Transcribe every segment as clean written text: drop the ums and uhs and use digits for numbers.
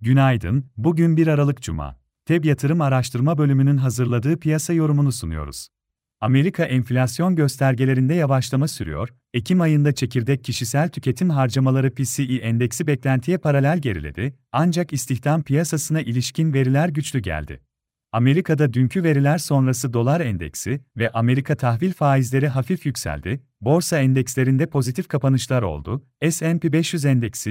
Günaydın, bugün 1 Aralık Cuma. TEB Yatırım Araştırma Bölümünün hazırladığı piyasa yorumunu sunuyoruz. Amerika enflasyon göstergelerinde yavaşlama sürüyor, Ekim ayında çekirdek kişisel tüketim harcamaları PCE endeksi beklentiye paralel geriledi, ancak istihdam piyasasına ilişkin veriler güçlü geldi. Amerika'da dünkü veriler sonrası dolar endeksi ve Amerika tahvil faizleri hafif yükseldi, borsa endekslerinde pozitif kapanışlar oldu, S&P 500 endeksi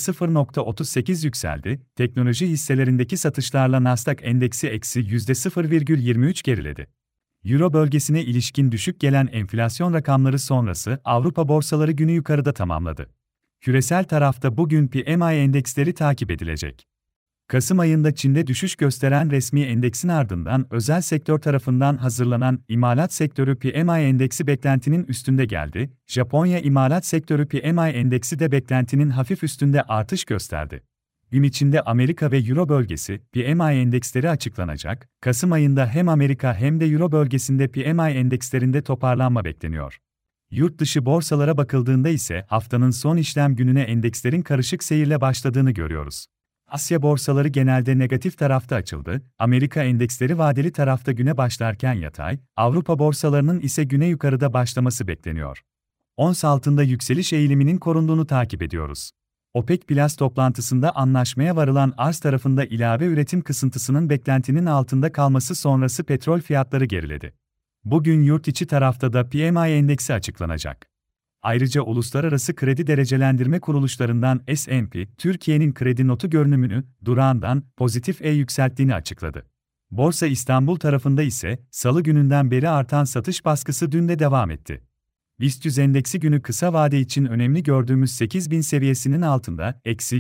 %0,38 yükseldi, teknoloji hisselerindeki satışlarla Nasdaq endeksi eksi %0,23 geriledi. Euro bölgesine ilişkin düşük gelen enflasyon rakamları sonrası Avrupa borsaları günü yukarıda tamamladı. Küresel tarafta bugün PMI endeksleri takip edilecek. Kasım ayında Çin'de düşüş gösteren resmi endeksin ardından özel sektör tarafından hazırlanan imalat sektörü PMI endeksi beklentinin üstünde geldi. Japonya imalat sektörü PMI endeksi de beklentinin hafif üstünde artış gösterdi. Gün içinde Amerika ve Euro bölgesi PMI endeksleri açıklanacak. Kasım ayında hem Amerika hem de Euro bölgesinde PMI endekslerinde toparlanma bekleniyor. Yurt dışı borsalara bakıldığında ise haftanın son işlem gününe endekslerin karışık seyirle başladığını görüyoruz. Asya borsaları genelde negatif tarafta açıldı, Amerika endeksleri vadeli tarafta güne başlarken yatay, Avrupa borsalarının ise güne yukarıda başlaması bekleniyor. Ons altında yükseliş eğiliminin korunduğunu takip ediyoruz. OPEC Plus toplantısında anlaşmaya varılan arz tarafında ilave üretim kısıntısının beklentinin altında kalması sonrası petrol fiyatları geriledi. Bugün yurt içi tarafta da PMI endeksi açıklanacak. Ayrıca uluslararası kredi derecelendirme kuruluşlarından S&P, Türkiye'nin kredi notu görünümünü durağından pozitif yükselttiğini açıkladı. Borsa İstanbul tarafında ise Salı gününden beri artan satış baskısı dün de devam etti. BIST 100 endeksi günü kısa vade için önemli gördüğümüz 8000 seviyesinin altında, eksi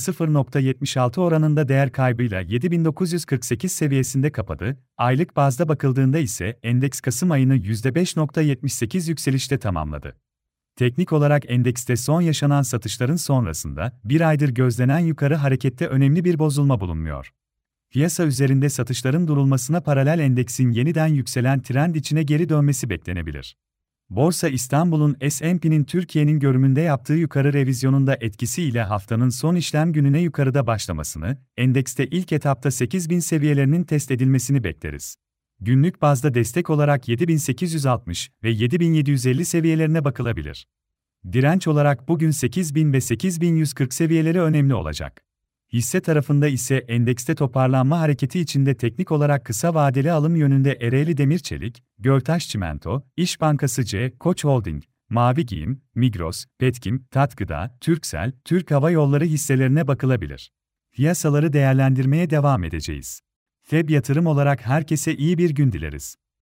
%0,76 oranında değer kaybıyla 7948 seviyesinde kapadı, aylık bazda bakıldığında ise endeks Kasım ayını %5,78 yükselişte tamamladı. Teknik olarak endekste son yaşanan satışların sonrasında, bir aydır gözlenen yukarı harekette önemli bir bozulma bulunmuyor. Piyasa üzerinde satışların durulmasına paralel endeksin yeniden yükselen trend içine geri dönmesi beklenebilir. Borsa İstanbul'un S&P'nin Türkiye'nin görünümünde yaptığı yukarı revizyonunda etkisiyle haftanın son işlem gününe yukarıda başlamasını, endekste ilk etapta 8000 seviyelerinin test edilmesini bekleriz. Günlük bazda destek olarak 7860 ve 7750 seviyelerine bakılabilir. Direnç olarak bugün 8000 ve 8140 seviyeleri önemli olacak. Hisse tarafında ise endekste toparlanma hareketi içinde teknik olarak kısa vadeli alım yönünde Ereğli Demir Çelik, Göltaş Çimento, İş Bankası C, Koç Holding, Mavi Giyim, Migros, Petkim, Tatgıda, Turkcell, Türk Hava Yolları hisselerine bakılabilir. Piyasaları değerlendirmeye devam edeceğiz. TEB Yatırım olarak herkese iyi bir gün dileriz.